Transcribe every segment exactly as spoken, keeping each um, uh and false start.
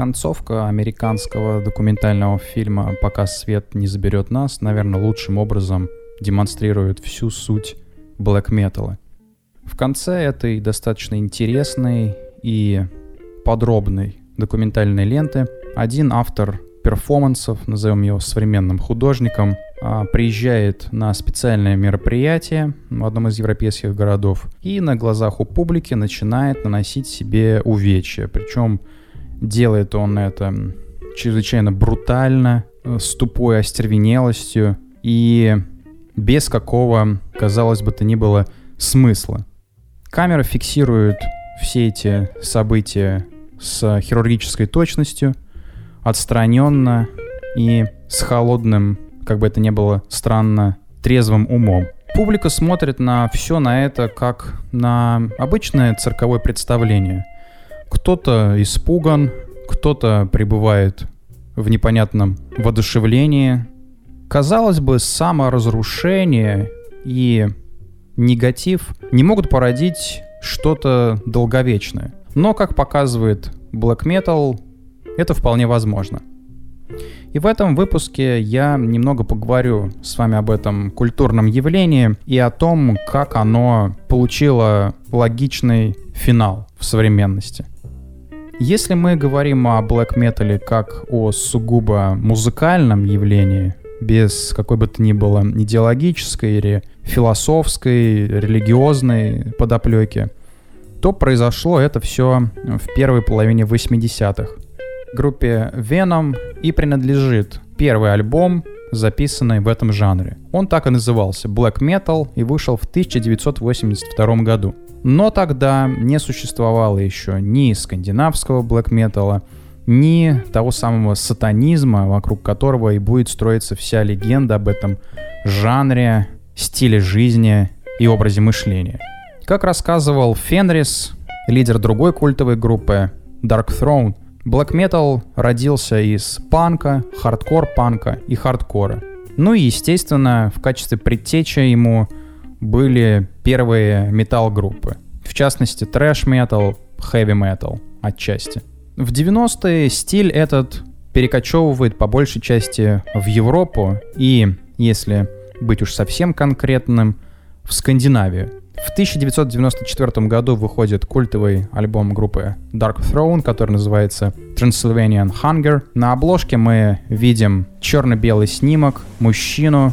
Концовка американского документального фильма «Пока свет не заберет нас», наверное, лучшим образом демонстрирует всю суть блэк-металла. В конце этой достаточно интересной и подробной документальной ленты один автор перформансов, назовем его современным художником, приезжает на специальное мероприятие в одном из европейских городов и на глазах у публики начинает наносить себе увечья. Причем делает он это чрезвычайно брутально, с тупой остервенелостью и без какого, казалось бы, то ни было смысла. Камера фиксирует все эти события с хирургической точностью, отстраненно и с холодным, как бы это ни было странно, трезвым умом. Публика смотрит на все на это как на обычное цирковое представление. Кто-то испуган, кто-то пребывает в непонятном воодушевлении. Казалось бы, саморазрушение и негатив не могут породить что-то долговечное. Но, как показывает Black Metal, это вполне возможно. И в этом выпуске я немного поговорю с вами об этом культурном явлении и о том, как оно получило логичный финал в современности. Если мы говорим о Black Metal как о сугубо музыкальном явлении, без какой бы то ни было идеологической или философской, религиозной подоплеки, то произошло это все в первой половине восьмидесятых. Группе Venom и принадлежит первый альбом, записанный в этом жанре. Он так и назывался Black Metal и вышел в тысяча девятьсот восемьдесят втором году. Но тогда не существовало еще ни скандинавского Black Metal, ни того самого сатанизма, вокруг которого и будет строиться вся легенда об этом жанре, стиле жизни и образе мышления. Как рассказывал Фенрис, лидер другой культовой группы Dark Throne, Black Metal родился из панка, хардкор-панка и хардкора. Ну и, естественно, в качестве предтечи ему были первые метал-группы. В частности, трэш-метал, хэви-метал отчасти. В девяностые стиль этот перекочевывает по большей части в Европу и, если быть уж совсем конкретным, в Скандинавию. В тысяча девятьсот девяносто четвёртом году выходит культовый альбом группы Dark Throne, который называется Transylvanian Hunger. На обложке мы видим черно-белый снимок, мужчину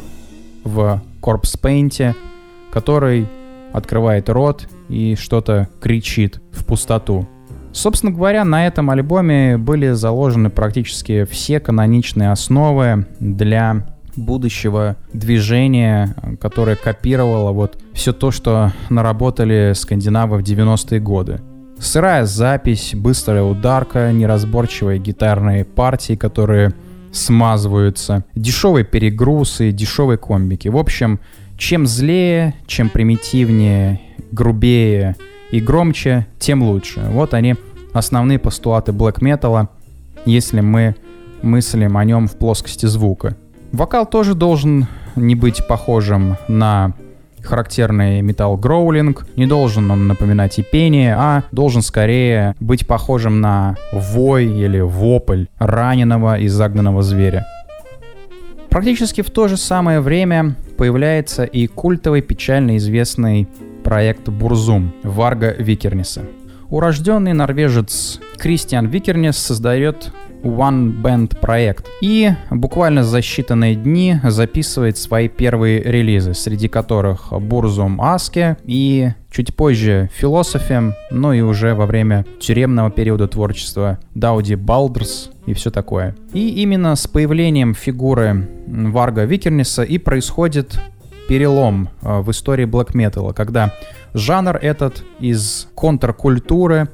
в корпс-пейнте, который открывает рот и что-то кричит в пустоту. Собственно говоря, на этом альбоме были заложены практически все каноничные основы для будущего движения, которое копировало вот все то, что наработали скандинавы в девяностые годы. Сырая запись, быстрая ударка, неразборчивые гитарные партии, которые смазываются, дешевые перегрузы, дешевые комбики. В общем, чем злее, чем примитивнее, грубее и громче, тем лучше. Вот они, основные постулаты Black Metal, если мы мыслим о нем в плоскости звука. Вокал тоже должен не быть похожим на характерный металл-гроулинг, не должен он напоминать и пение, а должен скорее быть похожим на вой или вопль раненого и загнанного зверя. Практически в то же самое время появляется и культовый печально известный проект Burzum Варга Викернеса. Урожденный норвежец Кристиан Викернес создает One Band проект и буквально за считанные дни записывает свои первые релизы, среди которых Burzum Aske и чуть позже Philosophy, ну и уже во время тюремного периода творчества Дауди Балдерс и все такое. И именно с появлением фигуры Варга Викернеса и происходит перелом в истории Black Metal, когда жанр этот из контркультуры,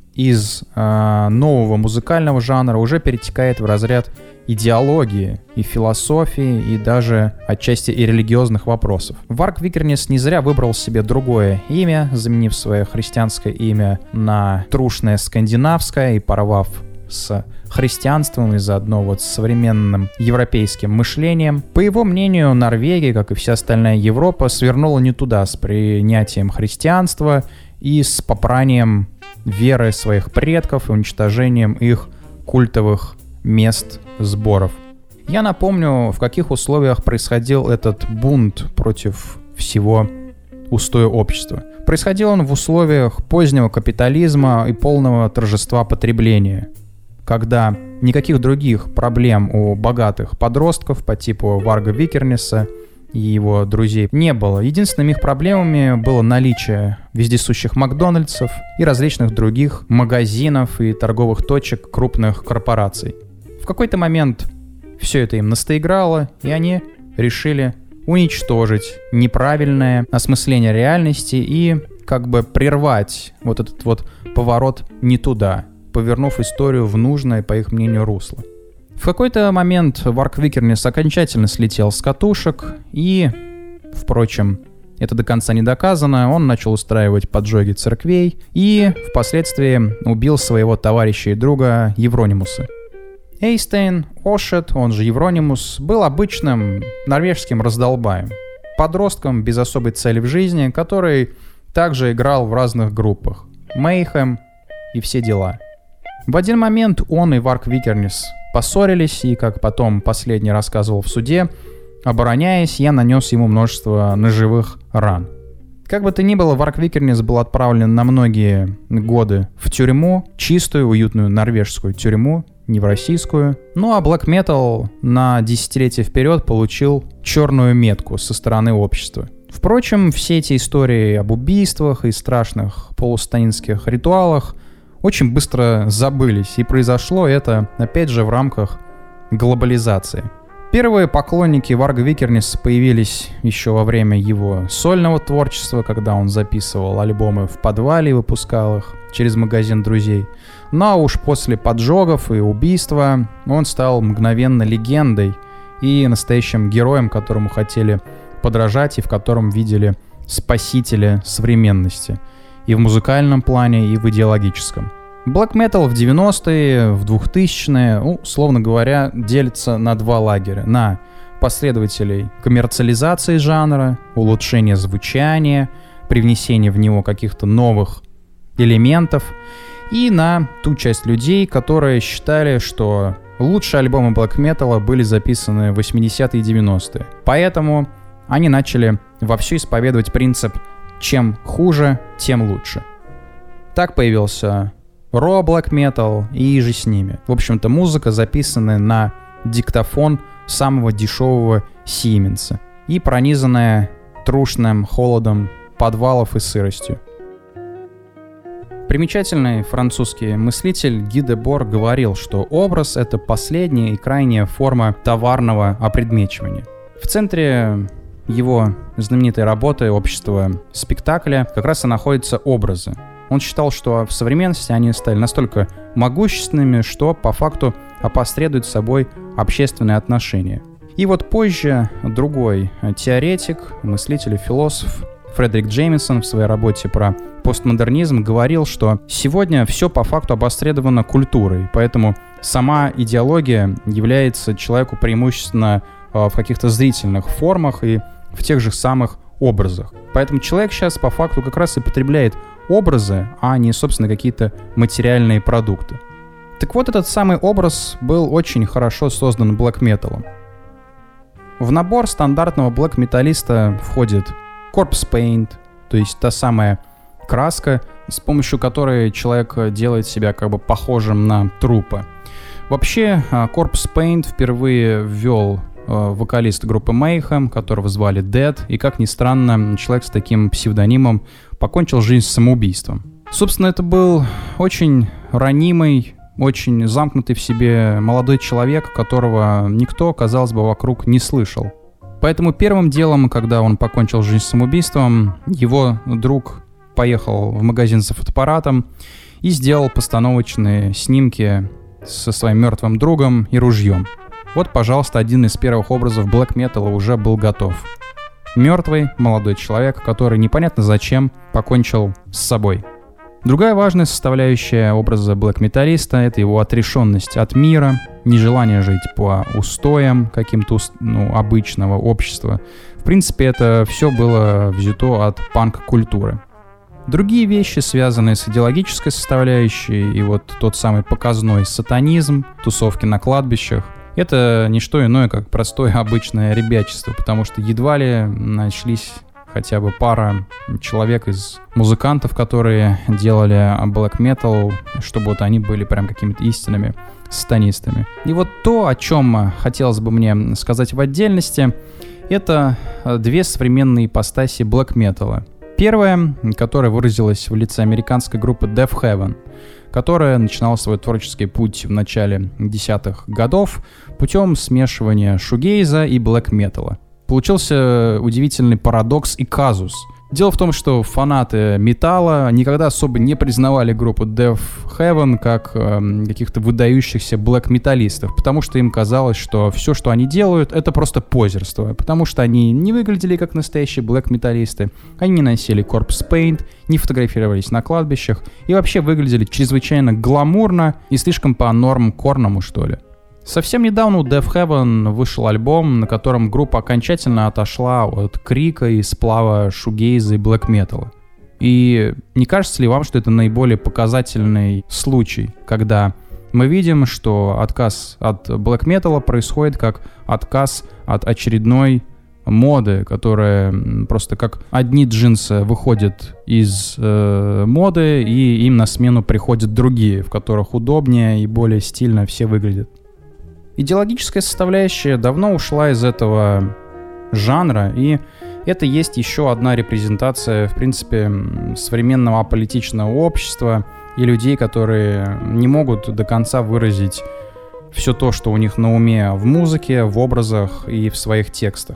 из э, нового музыкального жанра уже перетекает в разряд идеологии и философии, и даже отчасти и религиозных вопросов. Варг Викернес не зря выбрал себе другое имя, заменив свое христианское имя на трушное скандинавское и порвав с христианством и заодно вот с современным европейским мышлением. По его мнению, Норвегия, как и вся остальная Европа, свернула не туда с принятием христианства и с попранием веры своих предков и уничтожением их культовых мест сборов. Я напомню, в каких условиях происходил этот бунт против всего устоя общества. Происходил он в условиях позднего капитализма и полного торжества потребления, когда никаких других проблем у богатых подростков по типу Варга Викернеса и его друзей не было. Единственными их проблемами было наличие вездесущих Макдональдсов и различных других магазинов и торговых точек крупных корпораций. В какой-то момент все это им настоиграло, и они решили уничтожить неправильное осмысление реальности и как бы прервать вот этот вот поворот не туда, повернув историю в нужное, по их мнению, русло. В какой-то момент Варг Викернес окончательно слетел с катушек и, впрочем, это до конца не доказано, он начал устраивать поджоги церквей и впоследствии убил своего товарища и друга Евронимуса. Эйстейн Ошет, он же Евронимус, был обычным норвежским раздолбаем, подростком без особой цели в жизни, который также играл в разных группах, Mayhem и все дела. В один момент он и Варг Викернес поссорились, и, как потом последний рассказывал в суде, обороняясь, я нанес ему множество ножевых ран. Как бы то ни было, Варг Викернес был отправлен на многие годы в тюрьму, чистую, уютную норвежскую тюрьму, не в российскую. Ну а Black Metal на десятилетия вперед получил черную метку со стороны общества. Впрочем, все эти истории об убийствах и страшных полусатанинских ритуалах очень быстро забылись, и произошло это, опять же, в рамках глобализации. Первые поклонники Варга Викернеса появились еще во время его сольного творчества, когда он записывал альбомы в подвале и выпускал их через магазин друзей. Ну а уж после поджогов и убийства он стал мгновенно легендой и настоящим героем, которому хотели подражать и в котором видели спасителя современности. И в музыкальном плане, и в идеологическом. Black Metal в девяностые, в двухтысячные, ну, условно говоря, делится на два лагеря. На последователей коммерциализации жанра, улучшения звучания, привнесения в него каких-то новых элементов, и на ту часть людей, которые считали, что лучшие альбомы Black Metal были записаны в восьмидесятые и девяностые. Поэтому они начали вовсю исповедовать принцип «чем хуже, тем лучше». Так появился Raw Black Metal и же с ними. В общем-то, музыка, записанная на диктофон самого дешевого Сименса и пронизанная трушным холодом подвалов и сыростью. Примечательный французский мыслитель Ги де Бор говорил, что образ — это последняя и крайняя форма товарного опредмечивания. В центре его знаменитой работы «Общество спектакля» как раз и находятся образы. Он считал, что в современности они стали настолько могущественными, что по факту опосредуют собой общественные отношения. И вот позже другой теоретик, мыслитель и философ Фредерик Джеймисон в своей работе про постмодернизм говорил, что сегодня все по факту обосредовано культурой, поэтому сама идеология является человеку преимущественно в каких-то зрительных формах и в тех же самых образах. Поэтому человек сейчас по факту как раз и потребляет образы, а не, собственно, какие-то материальные продукты. Так вот, этот самый образ был очень хорошо создан Black Metal. В набор стандартного блэк-металлиста входит Corpse Paint, то есть та самая краска, с помощью которой человек делает себя как бы похожим на трупа. Вообще, Corpse Paint впервые ввел вокалист группы Mayhem, которого звали Dead, и, как ни странно, человек с таким псевдонимом покончил жизнь самоубийством. Собственно, это был очень ранимый, очень замкнутый в себе молодой человек, которого никто, казалось бы, вокруг не слышал. Поэтому первым делом, когда он покончил жизнь самоубийством, его друг поехал в магазин за фотоаппаратом и сделал постановочные снимки со своим мертвым другом и ружьем. Вот, пожалуйста, один из первых образов Black Metal уже был готов. Мертвый молодой человек, который непонятно зачем покончил с собой. Другая важная составляющая образа блэк-металлиста — это его отрешенность от мира, нежелание жить по устоям каким-то, ну, обычного общества. В принципе, это все было взято от панк-культуры. Другие вещи, связанные с идеологической составляющей, и вот тот самый показной сатанизм, тусовки на кладбищах, это не что иное, как простое обычное ребячество, потому что едва ли нашлись хотя бы пара человек из музыкантов, которые делали black metal, чтобы вот они были прям какими-то истинными сатанистами. И вот то, о чем хотелось бы мне сказать в отдельности, это две современные ипостаси black metal. Первая, которая выразилась в лице американской группы Death Heaven, которая начинала свой творческий путь в начале десятых годов путем смешивания шугейза и блэк металла. Получился удивительный парадокс и казус. Дело в том, что фанаты металла никогда особо не признавали группу Death Heaven как э, каких-то выдающихся блэк-металлистов, потому что им казалось, что все, что они делают, это просто позерство, потому что они не выглядели как настоящие блэк-металлисты, они не носили corpse paint, не фотографировались на кладбищах и вообще выглядели чрезвычайно гламурно и слишком по-норм-корному, что ли. Совсем недавно у Death Heaven вышел альбом, на котором группа окончательно отошла от крика и сплава шугейза и блэк-металла. И не кажется ли вам, что это наиболее показательный случай, когда мы видим, что отказ от блэк-металла происходит как отказ от очередной моды, которая просто как одни джинсы выходят из э, моды, и им на смену приходят другие, в которых удобнее и более стильно все выглядят. Идеологическая составляющая давно ушла из этого жанра, и это есть еще одна репрезентация, в принципе, современного аполитичного общества и людей, которые не могут до конца выразить все то, что у них на уме в музыке, в образах и в своих текстах.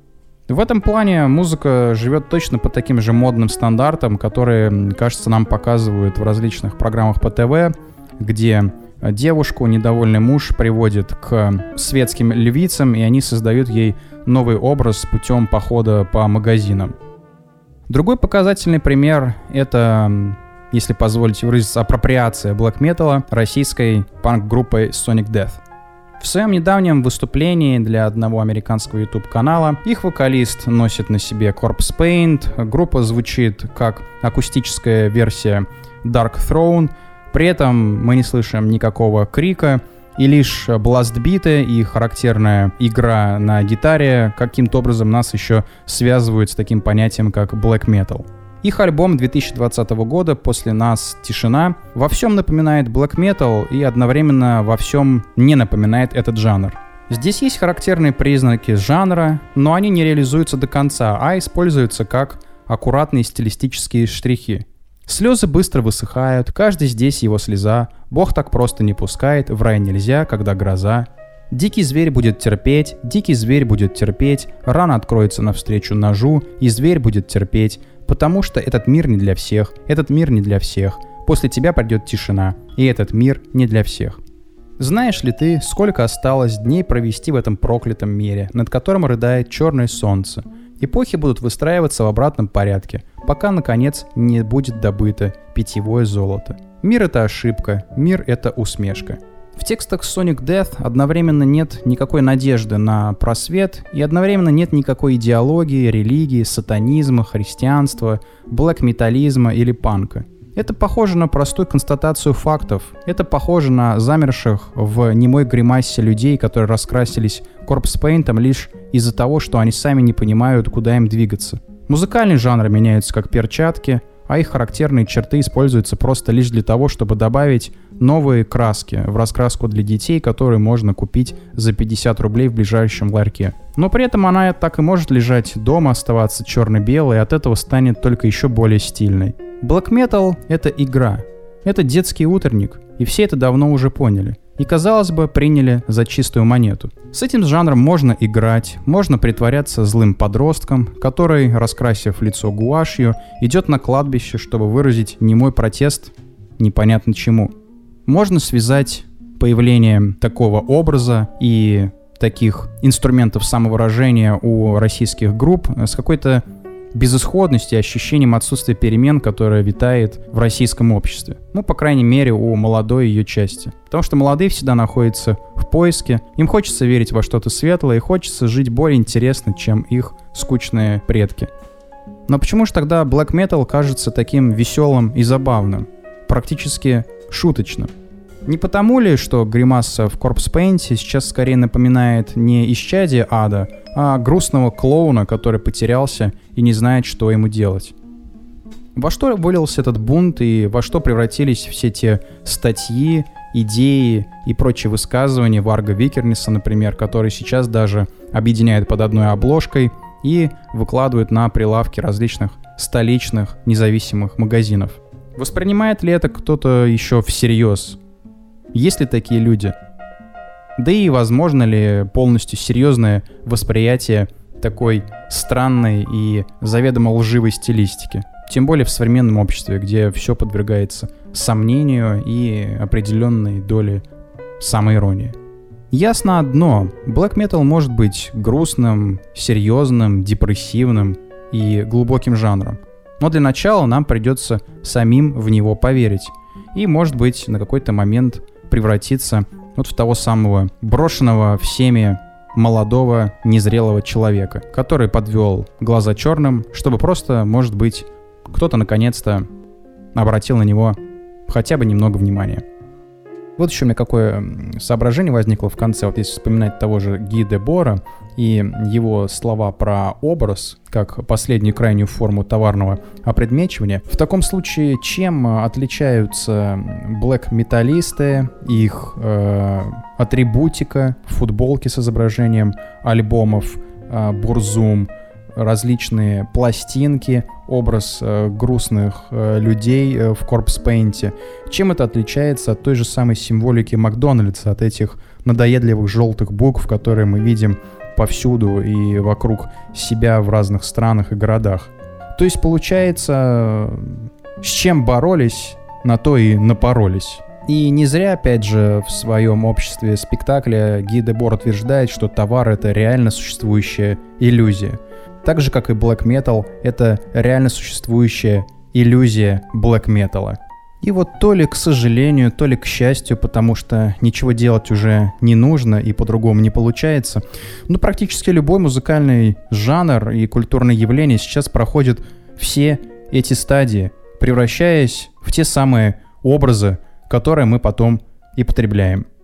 В этом плане музыка живет точно по таким же модным стандартам, которые, кажется, нам показывают в различных программах по ТВ, где девушку недовольный муж приводит к светским львицам, и они создают ей новый образ путем похода по магазинам. Другой показательный пример — это, если позволите выразиться, апроприация блэк-металла российской панк-группой Sonic Death. В своем недавнем выступлении для одного американского YouTube-канала их вокалист носит на себе corpse paint, группа звучит как акустическая версия Dark Throne. При этом мы не слышим никакого крика, и лишь бластбиты и характерная игра на гитаре каким-то образом нас еще связывают с таким понятием, как black metal. Их альбом две тысячи двадцатого года «После нас тишина» во всем напоминает black metal и одновременно во всем не напоминает этот жанр. Здесь есть характерные признаки жанра, но они не реализуются до конца, а используются как аккуратные стилистические штрихи. Слезы быстро высыхают, каждый здесь его слеза, Бог так просто не пускает, в рай нельзя, когда гроза. Дикий зверь будет терпеть, дикий зверь будет терпеть, рана откроется навстречу ножу, и зверь будет терпеть, потому что этот мир не для всех, этот мир не для всех, после тебя придет тишина, и этот мир не для всех. Знаешь ли ты, сколько осталось дней провести в этом проклятом мире, над которым рыдает черное солнце? Эпохи будут выстраиваться в обратном порядке, пока, наконец, не будет добыто питьевое золото. Мир — это ошибка, мир — это усмешка. В текстах Sonic Death одновременно нет никакой надежды на просвет и одновременно нет никакой идеологии, религии, сатанизма, христианства, блэк-металлизма или панка. Это похоже на простую констатацию фактов. Это похоже на замерших в немой гримасе людей, которые раскрасились корпс-пейнтом лишь из-за того, что они сами не понимают, куда им двигаться. Музыкальные жанры меняются как перчатки, а их характерные черты используются просто лишь для того, чтобы добавить новые краски в раскраску для детей, которые можно купить за пятьдесят рублей в ближайшем ларьке. Но при этом она так и может лежать дома, оставаться черно-белой, и от этого станет только еще более стильной. Black Metal — это игра. Это детский утренник, и все это давно уже поняли. И, казалось бы, приняли за чистую монету. С этим жанром можно играть, можно притворяться злым подростком, который, раскрасив лицо гуашью, идет на кладбище, чтобы выразить немой протест непонятно чему. Можно связать появление такого образа и таких инструментов самовыражения у российских групп с какой-то безысходностью, ощущением отсутствия перемен, которое витает в российском обществе. Ну, по крайней мере, у молодой ее части. Потому что молодые всегда находятся в поиске, им хочется верить во что-то светлое и хочется жить более интересно, чем их скучные предки. Но почему же тогда Black Metal кажется таким веселым и забавным? Практически шуточным? Не потому ли, что гримаса в Corpse Paint сейчас скорее напоминает не исчадие ада, а грустного клоуна, который потерялся и не знает, что ему делать? Во что вылился этот бунт и во что превратились все те статьи, идеи и прочие высказывания Варга Викернеса, например, которые сейчас даже объединяют под одной обложкой и выкладывают на прилавки различных столичных независимых магазинов? Воспринимает ли это кто-то еще всерьез? Есть ли такие люди? Да и возможно ли полностью серьезное восприятие такой странной и заведомо лживой стилистики? Тем более в современном обществе, где все подвергается сомнению и определенной доле самоиронии. Ясно одно: Black Metal может быть грустным, серьезным, депрессивным и глубоким жанром. Но для начала нам придется самим в него поверить. И, может быть, на какой-то момент превратиться вот в того самого брошенного всеми молодого, незрелого человека, который подвел глаза черным, чтобы просто, может быть, кто-то наконец-то обратил на него хотя бы немного внимания. Вот еще у меня какое соображение возникло в конце. Вот если вспоминать того же Ги Дебора и его слова про образ, как последнюю крайнюю форму товарного опредмечивания. В таком случае, чем отличаются блэк-металлисты, их э, атрибутика, футболки с изображением альбомов, э, Бурзум, различные пластинки, образ э, грустных э, людей э, в Corpse Paint. Чем это отличается от той же самой символики Макдональдса, от этих надоедливых желтых букв, которые мы видим повсюду и вокруг себя в разных странах и городах? То есть, получается, с чем боролись, на то и напоролись. И не зря, опять же, в своем обществе спектакля Ги Дебор утверждает, что товар — это реально существующая иллюзия. Так же, как и Black Metal, это реально существующая иллюзия Black Metal. И вот то ли к сожалению, то ли к счастью, потому что ничего делать уже не нужно и по-другому не получается, но практически любой музыкальный жанр и культурное явление сейчас проходит все эти стадии, превращаясь в те самые образы, которые мы потом и потребляем.